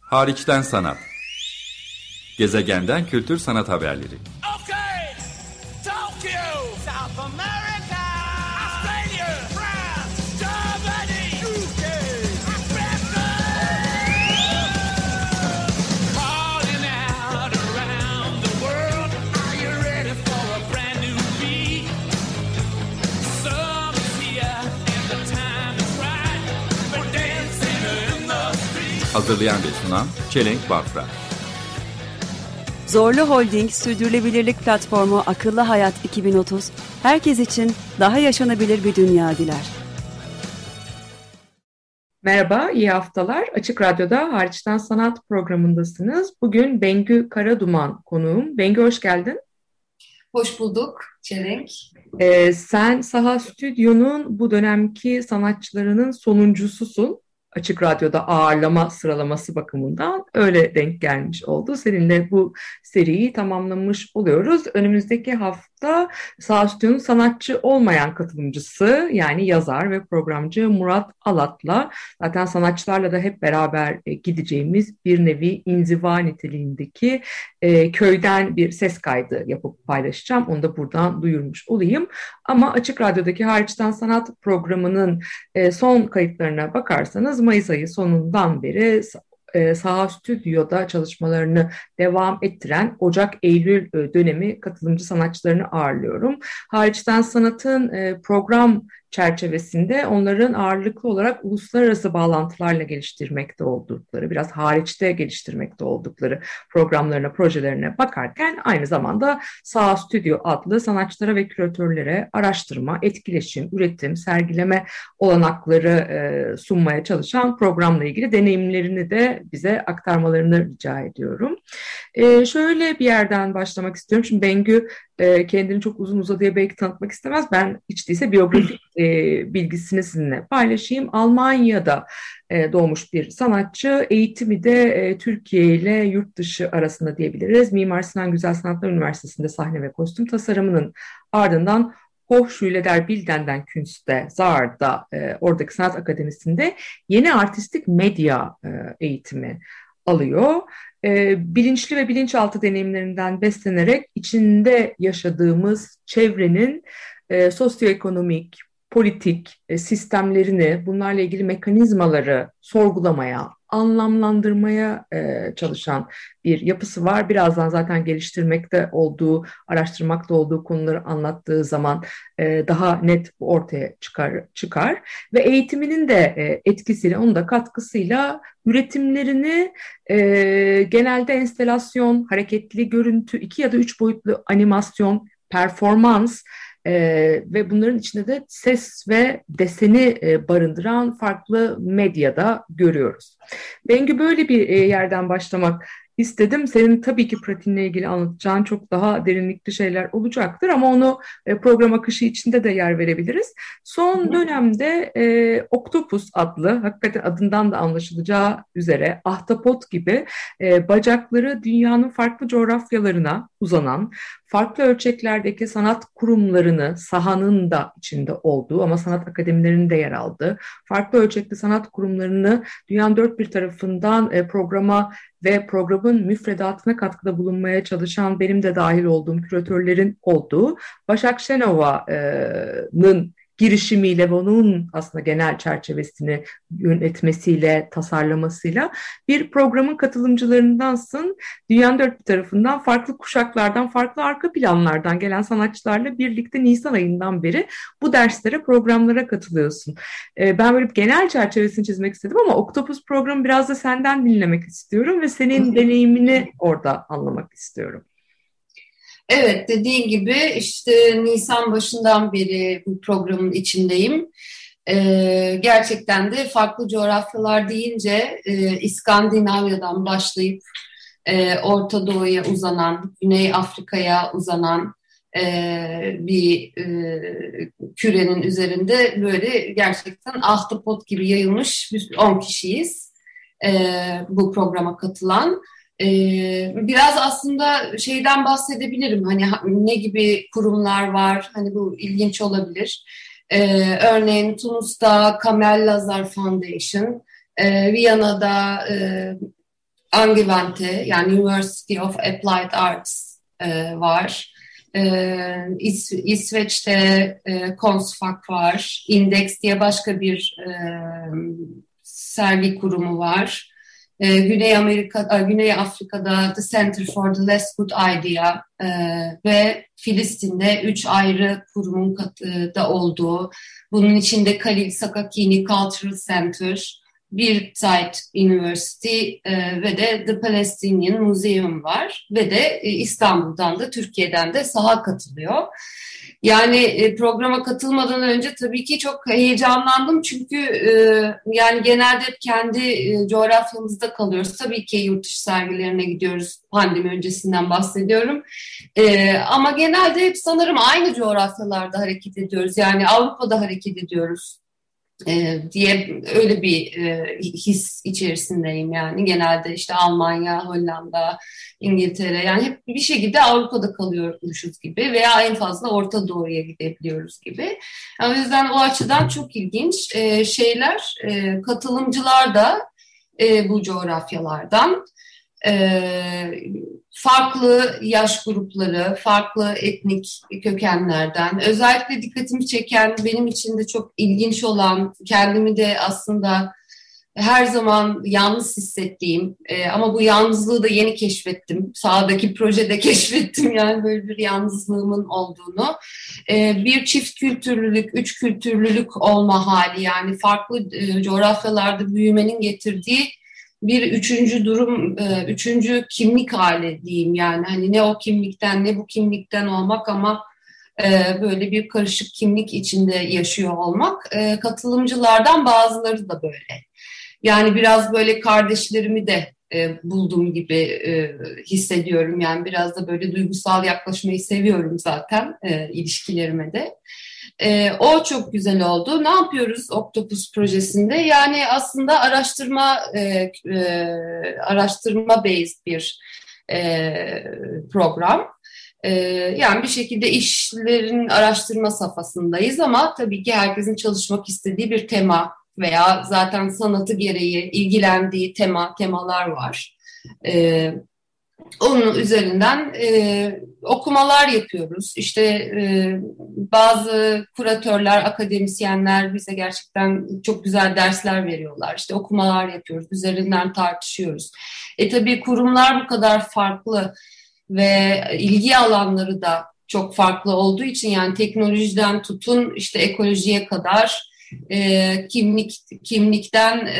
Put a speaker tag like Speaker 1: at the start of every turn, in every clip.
Speaker 1: Hariçten sanat. Gezegenden kültür sanat haberleri.
Speaker 2: Okay. Tokyo, South America, Australia, France, Germany, UK, Africa. Calling out around the world. Are you ready for a brand new beat? Summer's here and the time is right. We're dancing in the street.
Speaker 1: Hazırlayan ve sunan Çelenk Bafra.
Speaker 3: Zorlu Holding Sürdürülebilirlik Platformu Akıllı Hayat 2030, herkes için daha yaşanabilir bir dünya diler.
Speaker 4: Merhaba, iyi haftalar. Açık Radyo'da Hariçten Sanat programındasınız. Bugün Bengü Karaduman konuğum. Bengü, hoş geldin.
Speaker 5: Hoş bulduk Çelenk.
Speaker 4: Sen Saha Stüdyo'nun bu dönemki sanatçılarının sonuncususun. Açık Radyo'da ağırlama sıralaması bakımından öyle denk gelmiş oldu. Seninle bu seriyi tamamlamış oluyoruz. Önümüzdeki hafta Saha Stüdyo'nun sanatçı olmayan katılımcısı, yani yazar ve programcı Murat Alat'la, zaten sanatçılarla da hep beraber gideceğimiz bir nevi inziva niteliğindeki köyden bir ses kaydı yapıp paylaşacağım. Onu da buradan duyurmuş olayım. Ama Açık Radyo'daki Hariçten Sanat programının son kayıtlarına bakarsanız Mayıs ayı sonundan beri Saha Stüdyo'da çalışmalarını devam ettiren Ocak-Eylül dönemi katılımcı sanatçılarını ağırlıyorum. Hariçten Sanat'ın program çerçevesinde onların ağırlıklı olarak uluslararası bağlantılarla geliştirmekte oldukları, biraz hariçte geliştirmekte oldukları programlarına, projelerine bakarken aynı zamanda Saha Stüdyo adlı sanatçılara ve küratörlere araştırma, etkileşim, üretim, sergileme olanakları sunmaya çalışan programla ilgili deneyimlerini de bize aktarmalarını rica ediyorum. Şöyle bir yerden başlamak istiyorum. Şimdi Bengü kendini çok uzun uzadıya belki tanıtmak istemez. Ben hiç değilse biyografik bilgisini sizinle paylaşayım. Almanya'da doğmuş bir sanatçı. Eğitimi de Türkiye ile yurt dışı arasında diyebiliriz. Mimar Sinan Güzel Sanatlar Üniversitesi'nde sahne ve kostüm tasarımının ardından Hochschule der Bildenden Künste, Saar'da, oradaki sanat akademisinde yeni artistik medya eğitimi alıyor. Bilinçli ve bilinçaltı deneyimlerinden beslenerek içinde yaşadığımız çevrenin sosyoekonomik, politik sistemlerini, bunlarla ilgili mekanizmaları sorgulamaya, anlamlandırmaya çalışan bir yapısı var. Birazdan zaten geliştirmekte olduğu, araştırmakta olduğu konuları anlattığı zaman daha net ortaya çıkar. Ve eğitiminin de etkisiyle, onun da katkısıyla üretimlerini genelde enstelasyon, hareketli görüntü, 2 ya da 3 boyutlu animasyon, performans ve bunların içinde de ses ve deseni barındıran farklı medyada görüyoruz. Bengü, böyle bir yerden başlamak istedim. Senin tabii ki pratiğinle ilgili anlatacağın çok daha derinlikli şeyler olacaktır ama onu program akışı içinde de yer verebiliriz. Son dönemde Oktopus adlı, hakikaten adından da anlaşılacağı üzere ahtapot gibi bacakları dünyanın farklı coğrafyalarına uzanan, farklı ölçeklerdeki sanat kurumlarını, sahanın da içinde olduğu ama sanat akademilerinin de yer aldığı, farklı ölçekli sanat kurumlarını dünyanın dört bir tarafından programa ve programın müfredatına katkıda bulunmaya çalışan, benim de dahil olduğum küratörlerin olduğu Başak Şenova'nın girişimiyle ve onun aslında genel çerçevesini yönetmesiyle, tasarlamasıyla bir programın katılımcılarındansın. Dünyanın dört bir tarafından, farklı kuşaklardan, farklı arka planlardan gelen sanatçılarla birlikte Nisan ayından beri bu derslere, programlara katılıyorsun. Ben böyle genel çerçevesini çizmek istedim ama Oktopus programı biraz da senden dinlemek istiyorum ve senin deneyimini orada anlamak istiyorum.
Speaker 5: Evet, dediğin gibi işte Nisan başından beri bu programın içindeyim. Gerçekten de farklı coğrafyalar deyince İskandinavya'dan başlayıp Orta Doğu'ya uzanan, Güney Afrika'ya uzanan bir kürenin üzerinde böyle gerçekten ahtapot gibi yayılmış 10 kişiyiz bu programa katılan. Biraz aslında şeyden bahsedebilirim, hani ne gibi kurumlar var, hani bu ilginç olabilir. Örneğin Tunus'ta Kamel Lazar Foundation, Viyana'da Angewandte yani University of Applied Arts var. İsveç'te Konstfack var. Index diye başka bir sergi kurumu var. Güney Afrika'da The Center for the Less Good Idea ve Filistin'de 3 ayrı kurumun da olduğu, bunun içinde Khalil Sakakini Cultural Center, Birzeit University ve de The Palestinian Museum var ve de İstanbul'dan da Türkiye'den de saha katılıyor. Yani programa katılmadan önce tabii ki çok heyecanlandım çünkü yani genelde hep kendi coğrafyamızda kalıyoruz. Tabii ki yurt dışı sergilerine gidiyoruz, pandemi öncesinden bahsediyorum. Ama genelde hep sanırım aynı coğrafyalarda hareket ediyoruz. Yani Avrupa'da hareket ediyoruz diye öyle bir his içerisindeyim yani. Genelde işte Almanya, Hollanda, İngiltere yani hep bir şekilde Avrupa'da kalıyormuşuz gibi veya en fazla Orta Doğu'ya gidebiliyoruz gibi. O yüzden o açıdan çok ilginç şeyler. Katılımcılar da bu coğrafyalardan. Farklı yaş grupları, farklı etnik kökenlerden, özellikle dikkatimi çeken, benim için de çok ilginç olan, kendimi de aslında her zaman yalnız hissettiğim ama bu yalnızlığı da yeni keşfettim. Sahadaki projede keşfettim yani böyle bir yalnızlığımın olduğunu. Bir çift kültürlülük, üç kültürlülük olma hali yani farklı coğrafyalarda büyümenin getirdiği bir üçüncü durum, üçüncü kimlik hali diyeyim yani. Hani ne o kimlikten ne bu kimlikten olmak ama böyle bir karışık kimlik içinde yaşıyor olmak. Katılımcılardan bazıları da böyle. Yani biraz böyle kardeşlerimi de bulduğum gibi hissediyorum. Yani biraz da böyle duygusal yaklaşmayı seviyorum zaten ilişkilerime de. O çok güzel oldu. Ne yapıyoruz Octopus projesinde? Yani aslında araştırma based bir program. Yani bir şekilde işlerin araştırma safhasındayız ama tabii ki herkesin çalışmak istediği bir tema veya zaten sanatı gereği ilgilendiği temalar var. Onun üzerinden okumalar yapıyoruz. İşte bazı kuratörler, akademisyenler bize gerçekten çok güzel dersler veriyorlar. İşte okumalar yapıyoruz, üzerinden tartışıyoruz. Tabii kurumlar bu kadar farklı ve ilgi alanları da çok farklı olduğu için yani teknolojiden tutun işte ekolojiye kadar kimlikten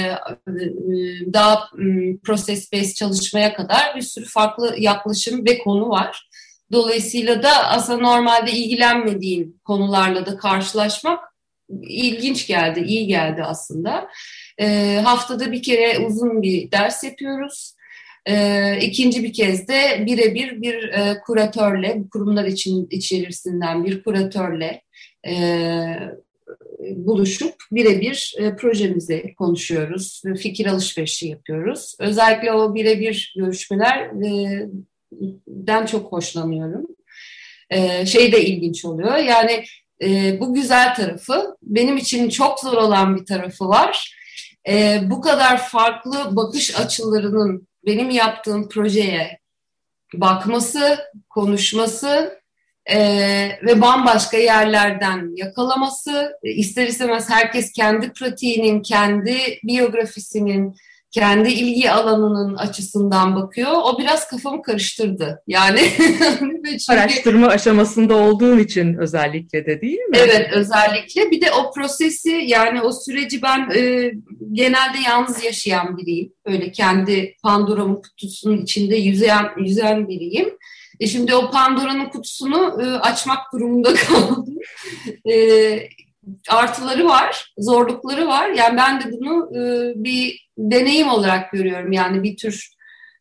Speaker 5: daha process based çalışmaya kadar bir sürü farklı yaklaşım ve konu var. Dolayısıyla da aslında normalde ilgilenmediğim konularla da karşılaşmak ilginç geldi, iyi geldi aslında. Haftada bir kere uzun bir ders yapıyoruz. İkinci bir kez de birebir bir kuratörle, kurumlar içerisinden bir kuratörle buluşup birebir projemizi konuşuyoruz, fikir alışverişi yapıyoruz. Özellikle o birebir görüşmelerden çok hoşlanıyorum. Şey de ilginç oluyor, yani bu güzel tarafı, benim için çok zor olan bir tarafı var. Bu kadar farklı bakış açılarının benim yaptığım projeye bakması, konuşması ve bambaşka yerlerden yakalaması, ister istemez herkes kendi pratiğinin, kendi biyografisinin, kendi ilgi alanının açısından bakıyor. O biraz kafamı karıştırdı. Yani çünkü,
Speaker 4: araştırma aşamasında olduğun için özellikle de değil mi?
Speaker 5: Evet, özellikle. Bir de o prosesi, yani o süreci ben genelde yalnız yaşayan biriyim. Öyle kendi Pandora'mın kutusunun içinde yüzen biriyim. Şimdi o Pandora'nın kutusunu açmak durumunda kaldım. Artıları var, zorlukları var. Yani ben de bunu bir deneyim olarak görüyorum. Yani bir tür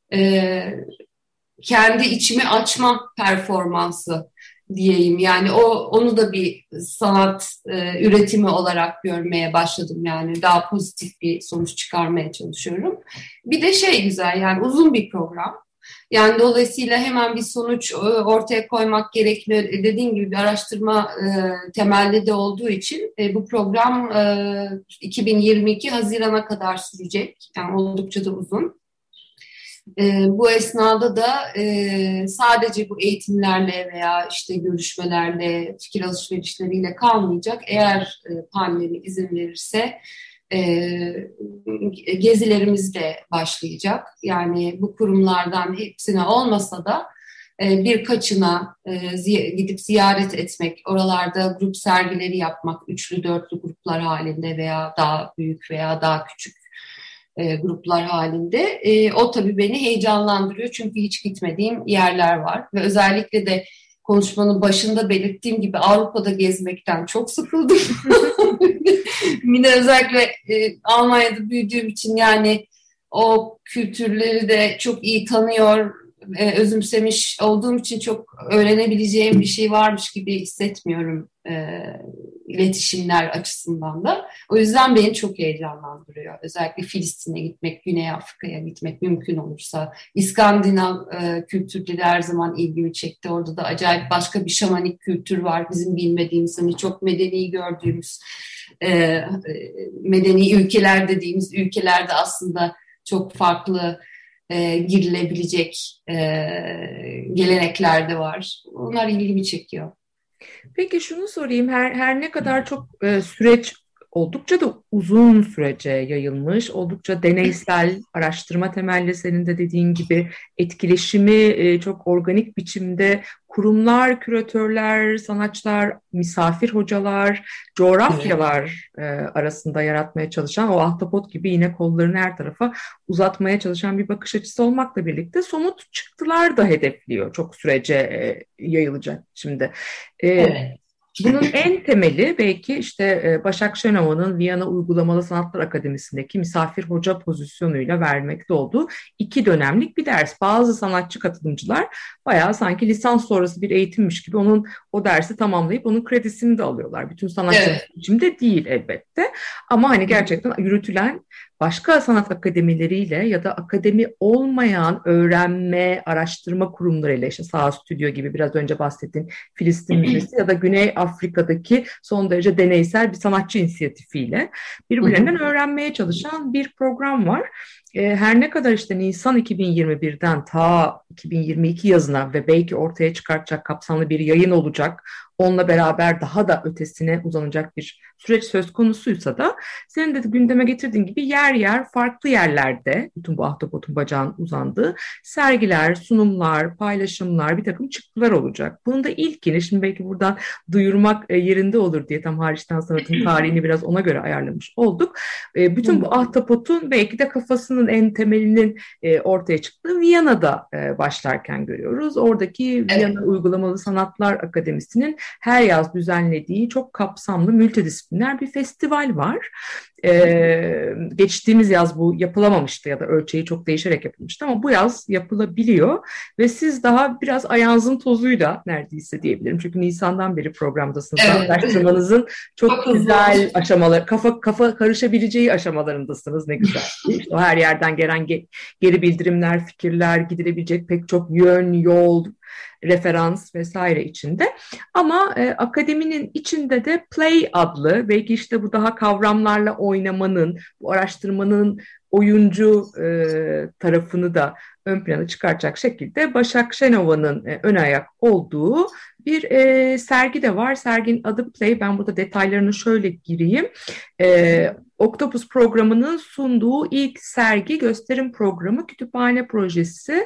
Speaker 5: kendi içimi açma performansı diyeyim. Yani onu da bir sanat üretimi olarak görmeye başladım. Yani daha pozitif bir sonuç çıkarmaya çalışıyorum. Bir de güzel, yani uzun bir program. Yani dolayısıyla hemen bir sonuç ortaya koymak gerekmiyor. Dediğim gibi bir araştırma temelli de olduğu için bu program 2022 Haziran'a kadar sürecek. Yani oldukça da uzun. Bu esnada da sadece bu eğitimlerle veya işte görüşmelerle, fikir alışverişleriyle kalmayacak. Eğer pandemi izin verirse gezilerimiz de başlayacak. Yani bu kurumlardan hepsine olmasa da birkaçına gidip ziyaret etmek, oralarda grup sergileri yapmak, üçlü dörtlü gruplar halinde veya daha büyük veya daha küçük gruplar halinde. O tabii beni heyecanlandırıyor çünkü hiç gitmediğim yerler var ve özellikle de konuşmanın başında belirttiğim gibi Avrupa'da gezmekten çok sıkıldım. Bir de özellikle Almanya'da büyüdüğüm için yani o kültürleri de çok iyi tanıyor, özümsemiş olduğum için çok öğrenebileceğim bir şey varmış gibi hissetmiyorum iletişimler açısından da. O yüzden beni çok heyecanlandırıyor. Özellikle Filistin'e gitmek, Güney Afrika'ya gitmek mümkün olursa. İskandinav kültürleri her zaman ilgimi çekti. Orada da acayip başka bir şamanik kültür var. Bizim bilmediğimiz, hani çok medeni gördüğümüz medeni ülkeler dediğimiz ülkelerde aslında çok farklı girilebilecek gelenekler de var. Onlar ilgimi çekiyor.
Speaker 4: Peki şunu sorayım, her ne kadar çok süreç oldukça da uzun sürece yayılmış, oldukça deneysel, araştırma temelli senin de dediğin gibi etkileşimi çok organik biçimde kurumlar, küratörler, sanatçılar, misafir hocalar, coğrafyalar arasında yaratmaya çalışan, o ahtapot gibi yine kollarını her tarafa uzatmaya çalışan bir bakış açısı olmakla birlikte somut çıktılar da hedefliyor çok sürece yayılacak şimdi.
Speaker 5: Evet.
Speaker 4: Bunun en temeli belki işte Başak Şenova'nın Viyana Uygulamalı Sanatlar Akademisi'ndeki misafir hoca pozisyonuyla vermekte olduğu 2 dönemlik bir ders. Bazı sanatçı katılımcılar bayağı sanki lisans sonrası bir eğitimmiş gibi o dersi tamamlayıp onun kredisini de alıyorlar. Bütün sanatçı biçimde değil elbette ama hani gerçekten yürütülen başka sanat akademileriyle ya da akademi olmayan öğrenme, araştırma kurumlarıyla işte Saha Stüdyo gibi biraz önce bahsettiğim Filistin Müzesi ya da Güney Afrika'daki son derece deneysel bir sanatçı inisiyatifiyle birbirlerinden öğrenmeye çalışan bir program var. Her ne kadar işte Nisan 2021'den ta 2022 yazına ve belki ortaya çıkartacak kapsamlı bir yayın olacak, onunla beraber daha da ötesine uzanacak bir süreç söz konusuysa da senin de gündeme getirdiğin gibi yer yer farklı yerlerde bütün bu ahtapotun bacağın uzandığı sergiler, sunumlar, paylaşımlar, bir takım çıktılar olacak. Bunun da ilkini şimdi belki buradan duyurmak yerinde olur diye tam hariçten sanatın tarihini biraz ona göre ayarlamış olduk. Bütün bu ahtapotun belki de kafasının en temelinin ortaya çıktığı Viyana'da başlarken görüyoruz. Oradaki Viyana Uygulamalı Sanatlar Akademisi'nin her yaz düzenlediği çok kapsamlı multidisipliner bir festival var. Geçtiğimiz yaz bu yapılamamıştı ya da ölçeği çok değişerek yapılmıştı ama bu yaz yapılabiliyor ve siz daha biraz ayağınızın tozuyla neredeyse diyebilirim. Çünkü Nisan'dan beri programdasınız. Araştırmanızın çok güzel aşamaları, kafa karışabileceği aşamalarındasınız. Ne güzel. İşte o her yerden gelen geri bildirimler, fikirler, gidilebilecek pek çok yön, yol, referans vesaire içinde. Ama akademinin içinde de Play adlı, belki işte bu daha kavramlarla oynamanın, bu araştırmanın oyuncu tarafını da ön plana çıkaracak şekilde Başak Şenova'nın ön ayak olduğu bir sergi de var. Serginin adı Play. Ben burada detaylarını şöyle gireyim. Octopus programının sunduğu ilk sergi gösterim programı, kütüphane projesi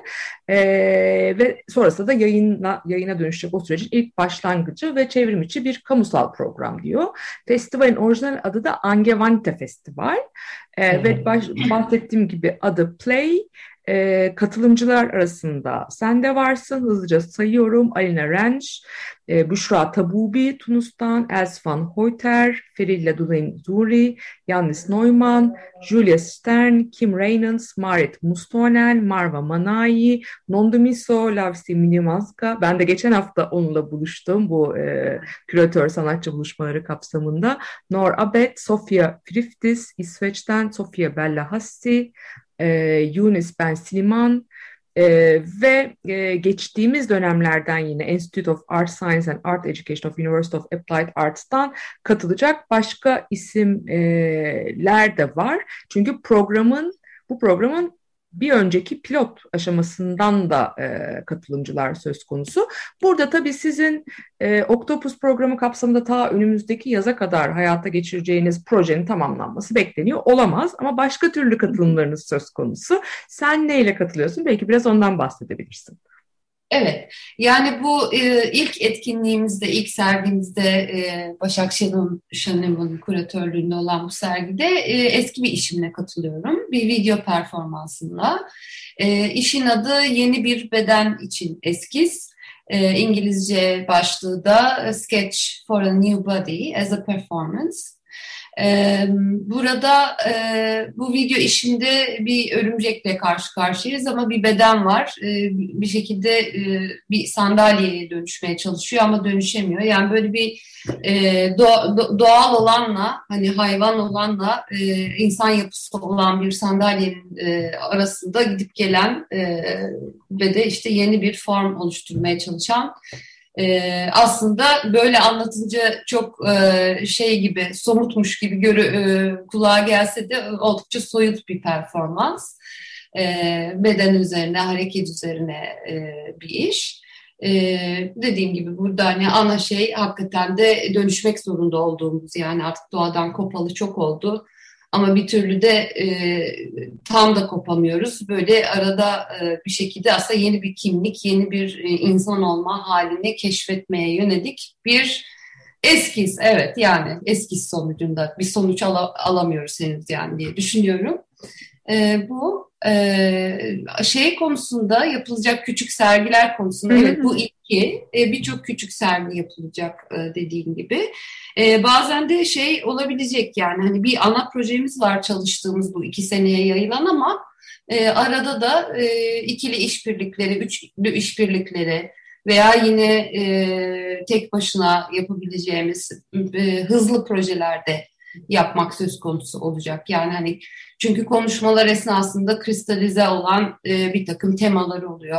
Speaker 4: ve sonrasında da yayına dönüşecek o sürecin ilk başlangıcı ve çevrim içi bir kamusal program diyor. Festivalin orijinal adı da Angewandte Festival ve bahsettiğim gibi adı Play. Katılımcılar arasında sen de varsın, hızlıca sayıyorum: Alina Renç, Büşra Tabubi Tunus'tan, Els van Hoyter, Ferilla Dulain-Zuri, Yannis Neumann, Julia Stern, Kim Reynolds, Marit Mustonen, Marva Manayi, Nondomiso Lavsi Minimaska. Ben de geçen hafta onunla buluştum bu küratör sanatçı buluşmaları kapsamında. Nor Abed, Sofia Friftis, İsveç'ten Sofia Bella Hassi, Yunus Ben Siliman ve geçtiğimiz dönemlerden yine Institute of Art Science and Art Education of University of Applied Arts'tan katılacak başka isimler de var. Çünkü bu programın bir önceki pilot aşamasından da katılımcılar söz konusu. Burada tabii sizin Octopus programı kapsamında ta önümüzdeki yaza kadar hayata geçireceğiniz projenin tamamlanması bekleniyor olamaz ama başka türlü katılımlarınız söz konusu. Sen neyle katılıyorsun? Belki biraz ondan bahsedebilirsin.
Speaker 5: Evet, yani bu ilk etkinliğimizde, ilk sergimizde Başak Şenol'un kuratörlüğünde olan bu sergide eski bir işimle katılıyorum. Bir video performansında. İşin adı Yeni Bir Beden için Eskiz. İngilizce başlığı da Sketch for a New Body as a Performance. Burada bu video işinde bir örümcekle karşı karşıyayız ama bir beden var. Bir şekilde bir sandalyeye dönüşmeye çalışıyor ama dönüşemiyor. Yani böyle bir doğal olanla, hani hayvan olanla insan yapısı olan bir sandalyenin arasında gidip gelen ve de işte yeni bir form oluşturmaya çalışan, aslında böyle anlatınca çok şey gibi, somutmuş gibi kulağa gelse de oldukça soyut bir performans. Beden üzerine, hareket üzerine bir iş. Dediğim gibi burada hani ana şey hakikaten de dönüşmek zorunda olduğumuz, yani artık doğadan kopalı çok oldu. Ama bir türlü de tam da kopamıyoruz. Böyle arada bir şekilde aslında yeni bir kimlik, yeni bir insan olma halini keşfetmeye yönelik bir eskiz. Evet, yani eskiz sonucunda bir sonuç alamıyoruz henüz yani diye düşünüyorum. Bu şey konusunda, yapılacak küçük sergiler konusunda, evet bu ilki, birçok küçük sergi yapılacak dediğim gibi. Bazen de şey olabilecek, yani hani bir ana projemiz var çalıştığımız bu 2 seneye yayılan ama arada da ikili işbirlikleri, üçlü işbirlikleri veya yine tek başına yapabileceğimiz hızlı projelerde yapmak söz konusu olacak. Yani hani çünkü konuşmalar esnasında kristalize olan bir takım temalar oluyor.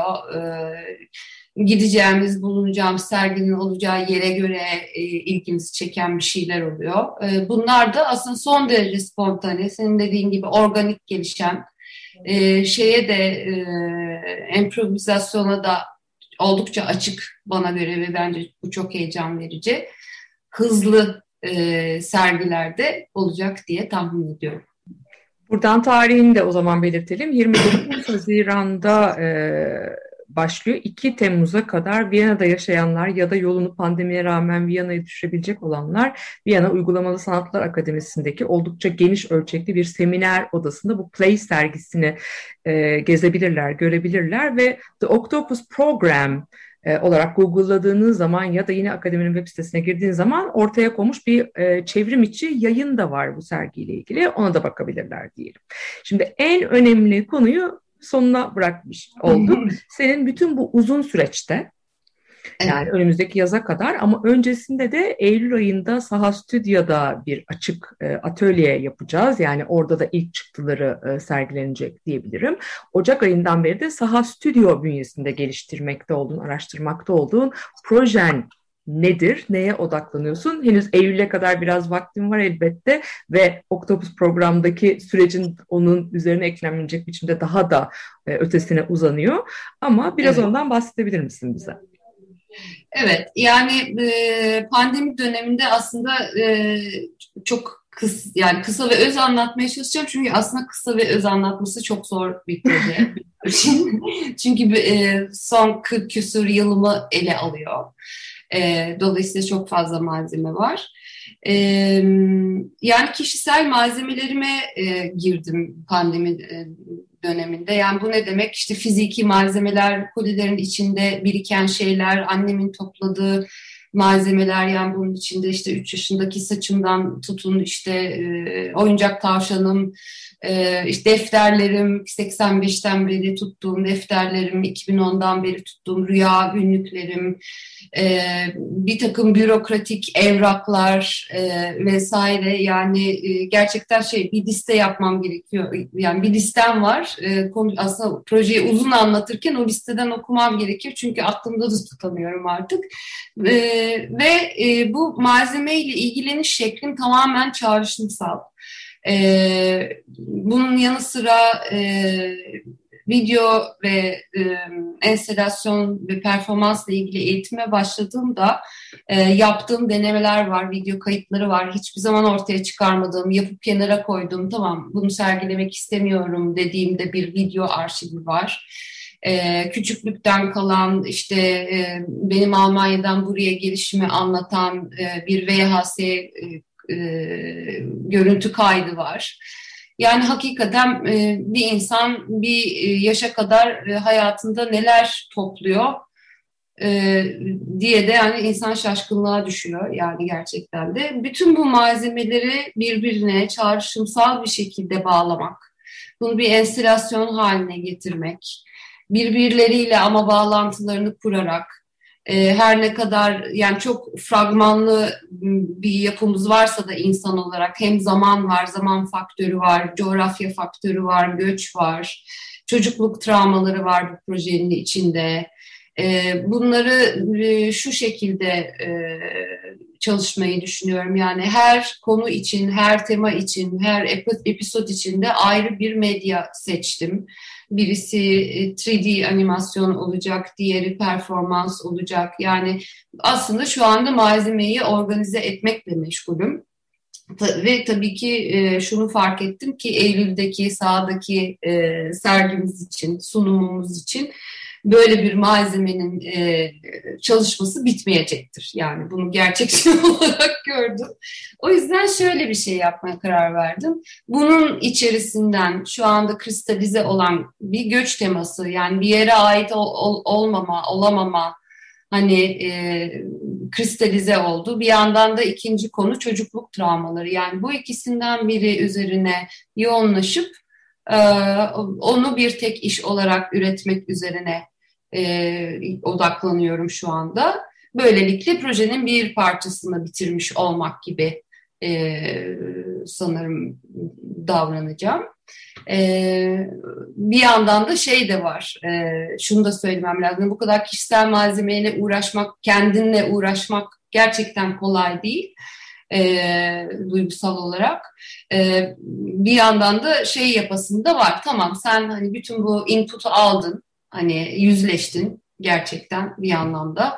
Speaker 5: Gideceğimiz, bulunacağımız serginin olacağı yere göre ilgimizi çeken bir şeyler oluyor. Bunlar da aslında son derece spontane, senin dediğin gibi organik gelişen, şeye de improvizasyona da oldukça açık bana göre ve bence bu çok heyecan verici. Hızlı sergilerde olacak diye tahmin ediyorum.
Speaker 4: Buradan tarihini de o zaman belirtelim. 29 Haziran'da başlıyor. 2 Temmuz'a kadar Viyana'da yaşayanlar ya da yolunu pandemiye rağmen Viyana'ya düşürebilecek olanlar Viyana Uygulamalı Sanatlar Akademisi'ndeki oldukça geniş ölçekli bir seminer odasında bu Play sergisini gezebilirler, görebilirler ve The Octopus Program olarak Google'ladığınız zaman ya da yine akademinin web sitesine girdiğiniz zaman ortaya konmuş bir çevrim içi yayın da var bu sergiyle ilgili. Ona da bakabilirler diyelim. Şimdi en önemli konuyu sonuna bırakmış oldum. Senin bütün bu uzun süreçte, yani önümüzdeki yaza kadar ama öncesinde de Eylül ayında Saha Stüdyo'da bir açık atölye yapacağız. Yani orada da ilk çıktıları sergilenecek diyebilirim. Ocak ayından beri de Saha Stüdyo bünyesinde geliştirmekte olduğun, araştırmakta olduğun projen nedir? Neye odaklanıyorsun? Henüz Eylül'e kadar biraz vaktin var elbette ve Octopus programdaki sürecin onun üzerine eklenmeyecek biçimde daha da ötesine uzanıyor. Ama biraz ondan bahsedebilir misin bize?
Speaker 5: Evet, yani pandemi döneminde aslında çok kısa ve öz anlatmaya çalışacağım. Çünkü aslında kısa ve öz anlatması çok zor bir proje. Çünkü son 40 küsur yılımı ele alıyor. Dolayısıyla çok fazla malzeme var. Yani kişisel malzemelerime girdim pandemi döneminde. Yani bu ne demek? İşte fiziki malzemeler, kolilerin içinde biriken şeyler, annemin topladığı malzemeler, yani bunun içinde işte 3 yaşındaki saçımdan tutun işte oyuncak tavşanım, işte defterlerim, 85'ten beri tuttuğum defterlerim, 2010'dan beri tuttuğum rüya günlüklerim, bir takım bürokratik evraklar vesaire, yani gerçekten bir liste yapmam gerekiyor. Yani bir listem var. Aslında projeyi uzun anlatırken o listeden okumam gerekiyor. Çünkü aklımda da tutamıyorum artık. Ve bu malzemeyle ilgileniş şeklim tamamen çağrışımsal. Bunun yanı sıra video ve enstelasyon ve performansla ilgili eğitime başladığımda yaptığım denemeler var, video kayıtları var. Hiçbir zaman ortaya çıkarmadığım, yapıp kenara koyduğum, tamam bunu sergilemek istemiyorum dediğimde bir video arşivi var. Küçüklükten kalan işte benim Almanya'dan buraya gelişimi anlatan bir VHS görüntü kaydı var. Yani hakikaten bir insan bir yaşa kadar hayatında neler topluyor diye de yani insan şaşkınlığa düşüyor yani gerçekten de. Bütün bu malzemeleri birbirine çağrışımsal bir şekilde bağlamak, bunu bir enstelasyon haline getirmek, birbirleriyle ama bağlantılarını kurarak, her ne kadar yani çok fragmanlı bir yapımız varsa da insan olarak hem zaman var, zaman faktörü var, coğrafya faktörü var, göç var, çocukluk travmaları var bu projenin içinde. Bunları şu şekilde çalışmayı düşünüyorum. Yani her konu için, her tema için, her episod için de ayrı bir medya seçtim. Birisi 3D animasyon olacak, diğeri performans olacak. Yani aslında şu anda malzemeyi organize etmekle meşgulüm. Ve tabii ki şunu fark ettim ki Eylül'deki sahadaki sergimiz için, sunumumuz için böyle bir malzemenin çalışması bitmeyecektir. Yani bunu gerçekçi olarak gördüm. O yüzden şöyle bir şey yapmaya karar verdim. Bunun içerisinden şu anda kristalize olan bir göç teması, yani bir yere ait olamama hani kristalize oldu. Bir yandan da ikinci konu çocukluk travmaları. Yani bu ikisinden biri üzerine yoğunlaşıp onu bir tek iş olarak üretmek üzerine odaklanıyorum şu anda. Böylelikle projenin bir parçasını bitirmiş olmak gibi sanırım davranacağım. Bir yandan da şey de var, şunu da söylemem lazım. Bu kadar kişisel malzemeyle uğraşmak, kendinle uğraşmak gerçekten kolay değil. Duygusal olarak. Bir yandan da şey yapasında var. Tamam sen hani bütün bu input'u aldın. Hani yüzleştin gerçekten bir anlamda.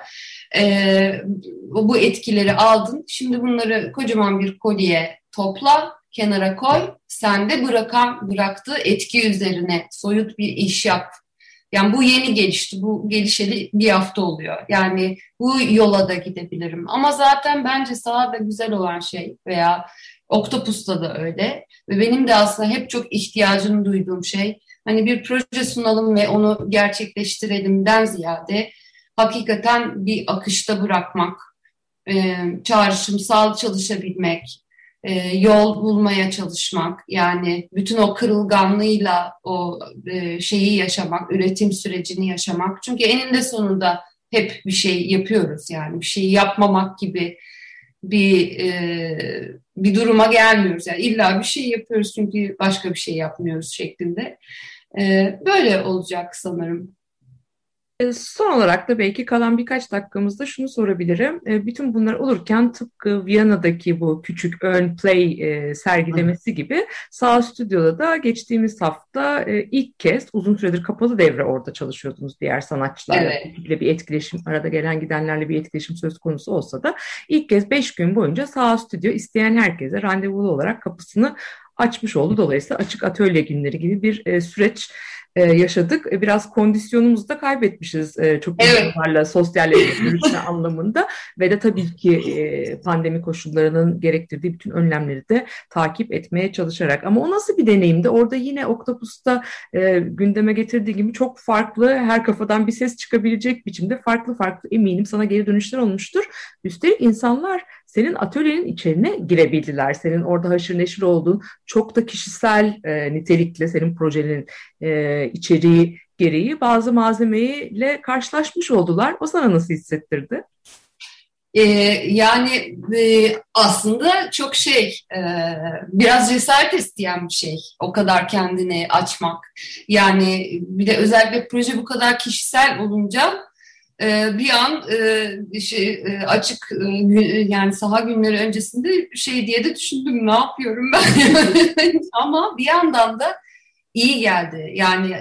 Speaker 5: Bu etkileri aldın. Şimdi bunları kocaman bir kolye topla, kenara koy. Sen de bıraktığı etki üzerine soyut bir iş yap. Yani bu yeni gelişti. Bu gelişeli bir hafta oluyor. Yani bu yola da gidebilirim. Ama zaten bence sahada güzel olan şey veya Oktopus'ta da öyle. Ve benim de aslında hep çok ihtiyacını duyduğum şey, hani bir proje sunalım ve onu gerçekleştirelimden ziyade hakikaten bir akışta bırakmak, çağrışımsal çalışabilmek, yol bulmaya çalışmak, yani bütün o kırılganlığıyla o şeyi yaşamak, üretim sürecini yaşamak. Çünkü eninde sonunda hep bir şey yapıyoruz, yani bir şey yapmamak gibi bir duruma gelmiyoruz. Yani illa bir şey yapıyoruz çünkü başka bir şey yapmıyoruz şeklinde. Böyle olacak sanırım.
Speaker 4: Son olarak da belki kalan birkaç dakikamızda şunu sorabilirim. Bütün bunlar olurken tıpkı Viyana'daki bu küçük Earn Play sergilemesi gibi Sağ Stüdyo'da da geçtiğimiz hafta ilk kez, uzun süredir kapalı devre orada çalışıyordunuz diğer sanatçılarla. Evet. Bir etkileşim, arada gelen gidenlerle bir etkileşim söz konusu olsa da ilk kez 5 gün boyunca Sağ Stüdyo isteyen herkese randevulu olarak kapısını açmış oldu. Dolayısıyla açık atölye günleri gibi bir süreç yaşadık. Biraz kondisyonumuzu da kaybetmişiz çok insanlarla sosyalleşme anlamında ve de tabii ki pandemi koşullarının gerektirdiği bütün önlemleri de takip etmeye çalışarak. Ama o nasıl bir deneyimdi? Orada yine Oktopus'ta gündeme getirdiği gibi çok farklı, her kafadan bir ses çıkabilecek biçimde farklı eminim sana geri dönüşler olmuştur. Üstelik insanlar senin atölyenin içine girebildiler. Senin orada haşır neşir olduğun, çok da kişisel nitelikle senin projenin içeriği gereği bazı malzemeyle karşılaşmış oldular. O sana nasıl hissettirdi?
Speaker 5: Yani aslında çok biraz cesaret isteyen bir şey. O kadar kendini açmak. Yani bir de özellikle proje bu kadar kişisel olunca bir an açık yani saha günleri öncesinde diye de düşündüm, ne yapıyorum ben? Ama bir yandan da iyi geldi. Yani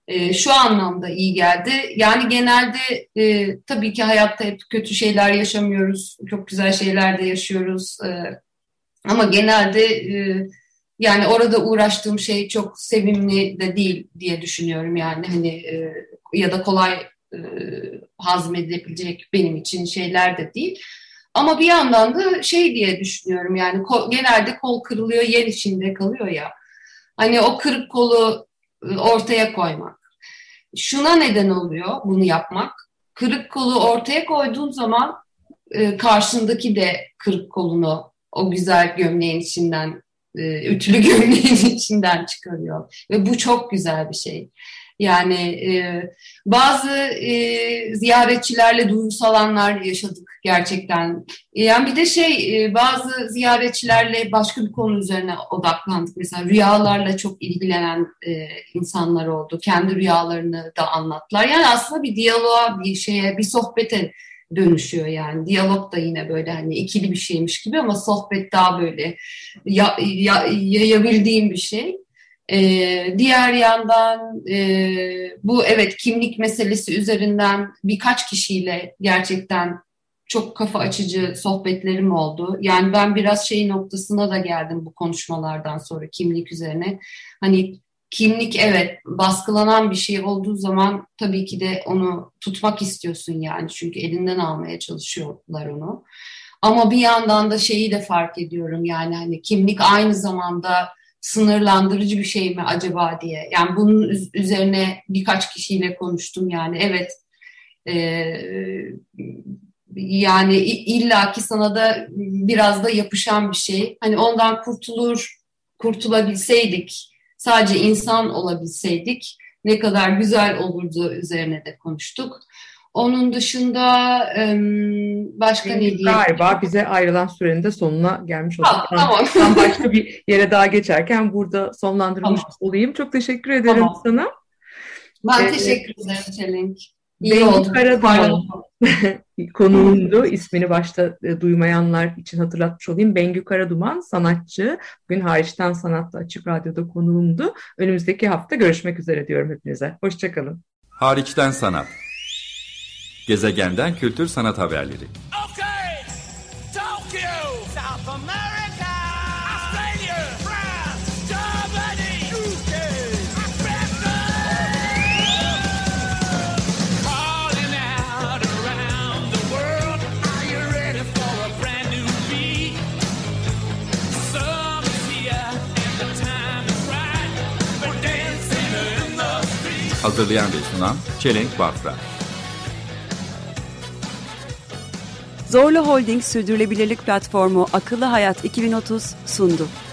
Speaker 5: Şu anlamda iyi geldi. Yani genelde tabii ki hayatta hep kötü şeyler yaşamıyoruz. Çok güzel şeyler de yaşıyoruz. Ama genelde yani orada uğraştığım şey çok sevimli de değil diye düşünüyorum. Yani hani ya da kolay hazmedilebilecek benim için şeyler de değil. Ama bir yandan da şey diye düşünüyorum. Yani genelde kol kırılıyor, yer içinde kalıyor ya. Hani o kırık kolu ortaya koymak. Şuna neden oluyor bunu yapmak. Kırık kolu ortaya koyduğun zaman karşındaki de kırık kolunu o güzel gömleğin içinden, ütülü gömleğin içinden çıkarıyor. Ve bu çok güzel bir şey. Yani bazı ziyaretçilerle duygusal anlar yaşadık gerçekten. Yani bir de bazı ziyaretçilerle başka bir konu üzerine odaklandık. Mesela rüyalarla çok ilgilenen insanlar oldu. Kendi rüyalarını da anlattılar. Yani aslında bir diyaloğa, bir sohbete dönüşüyor yani. Diyalog da yine böyle hani ikili bir şeymiş gibi ama sohbet daha böyle yayabildiğim bir şey. Diğer yandan bu evet kimlik meselesi üzerinden birkaç kişiyle gerçekten çok kafa açıcı sohbetlerim oldu. Yani ben biraz noktasına da geldim bu konuşmalardan sonra kimlik üzerine. Hani kimlik evet baskılanan bir şey olduğu zaman tabii ki de onu tutmak istiyorsun yani. Çünkü elinden almaya çalışıyorlar onu. Ama bir yandan da şeyi de fark ediyorum yani hani kimlik aynı zamanda sınırlandırıcı bir şey mi acaba diye. Yani bunun üzerine birkaç kişiyle konuştum yani evet yani illaki sana da biraz da yapışan bir şey. Hani ondan kurtulabilseydik, sadece insan olabilseydik ne kadar güzel olurdu üzerine de konuştuk. Onun dışında başka ne diyeyim?
Speaker 4: Galiba bize ayrılan sürenin de sonuna gelmiş olduk.
Speaker 5: Tamam.
Speaker 4: Ben başka bir yere daha geçerken burada sonlandırmış olayım. Çok teşekkür ederim sana.
Speaker 5: Ben teşekkür ederim Çelenk. İyi
Speaker 4: Bengü
Speaker 5: oldu.
Speaker 4: Karaduman konuğumdu. İsmini başta duymayanlar için hatırlatmış olayım. Bengü Karaduman sanatçı. Bugün Hariçten Sanat'ta Açık Radyo'da konuğumdu. Önümüzdeki hafta görüşmek üzere diyorum hepinize. Hoşçakalın.
Speaker 1: Hariçten Sanat. Gezegenden kültür sanat haberleri.
Speaker 2: Okay, Tokyo, South America, Australia, France, Germany, UK, Africa. Calling out around the world, are you ready for a brand new beat? Summer's here and the time is right. We're dancing in the street.
Speaker 1: Hazırlayan ve sunan Çelenk Bafra.
Speaker 3: Zorlu Holding Sürdürülebilirlik Platformu Akıllı Hayat 2030 sundu.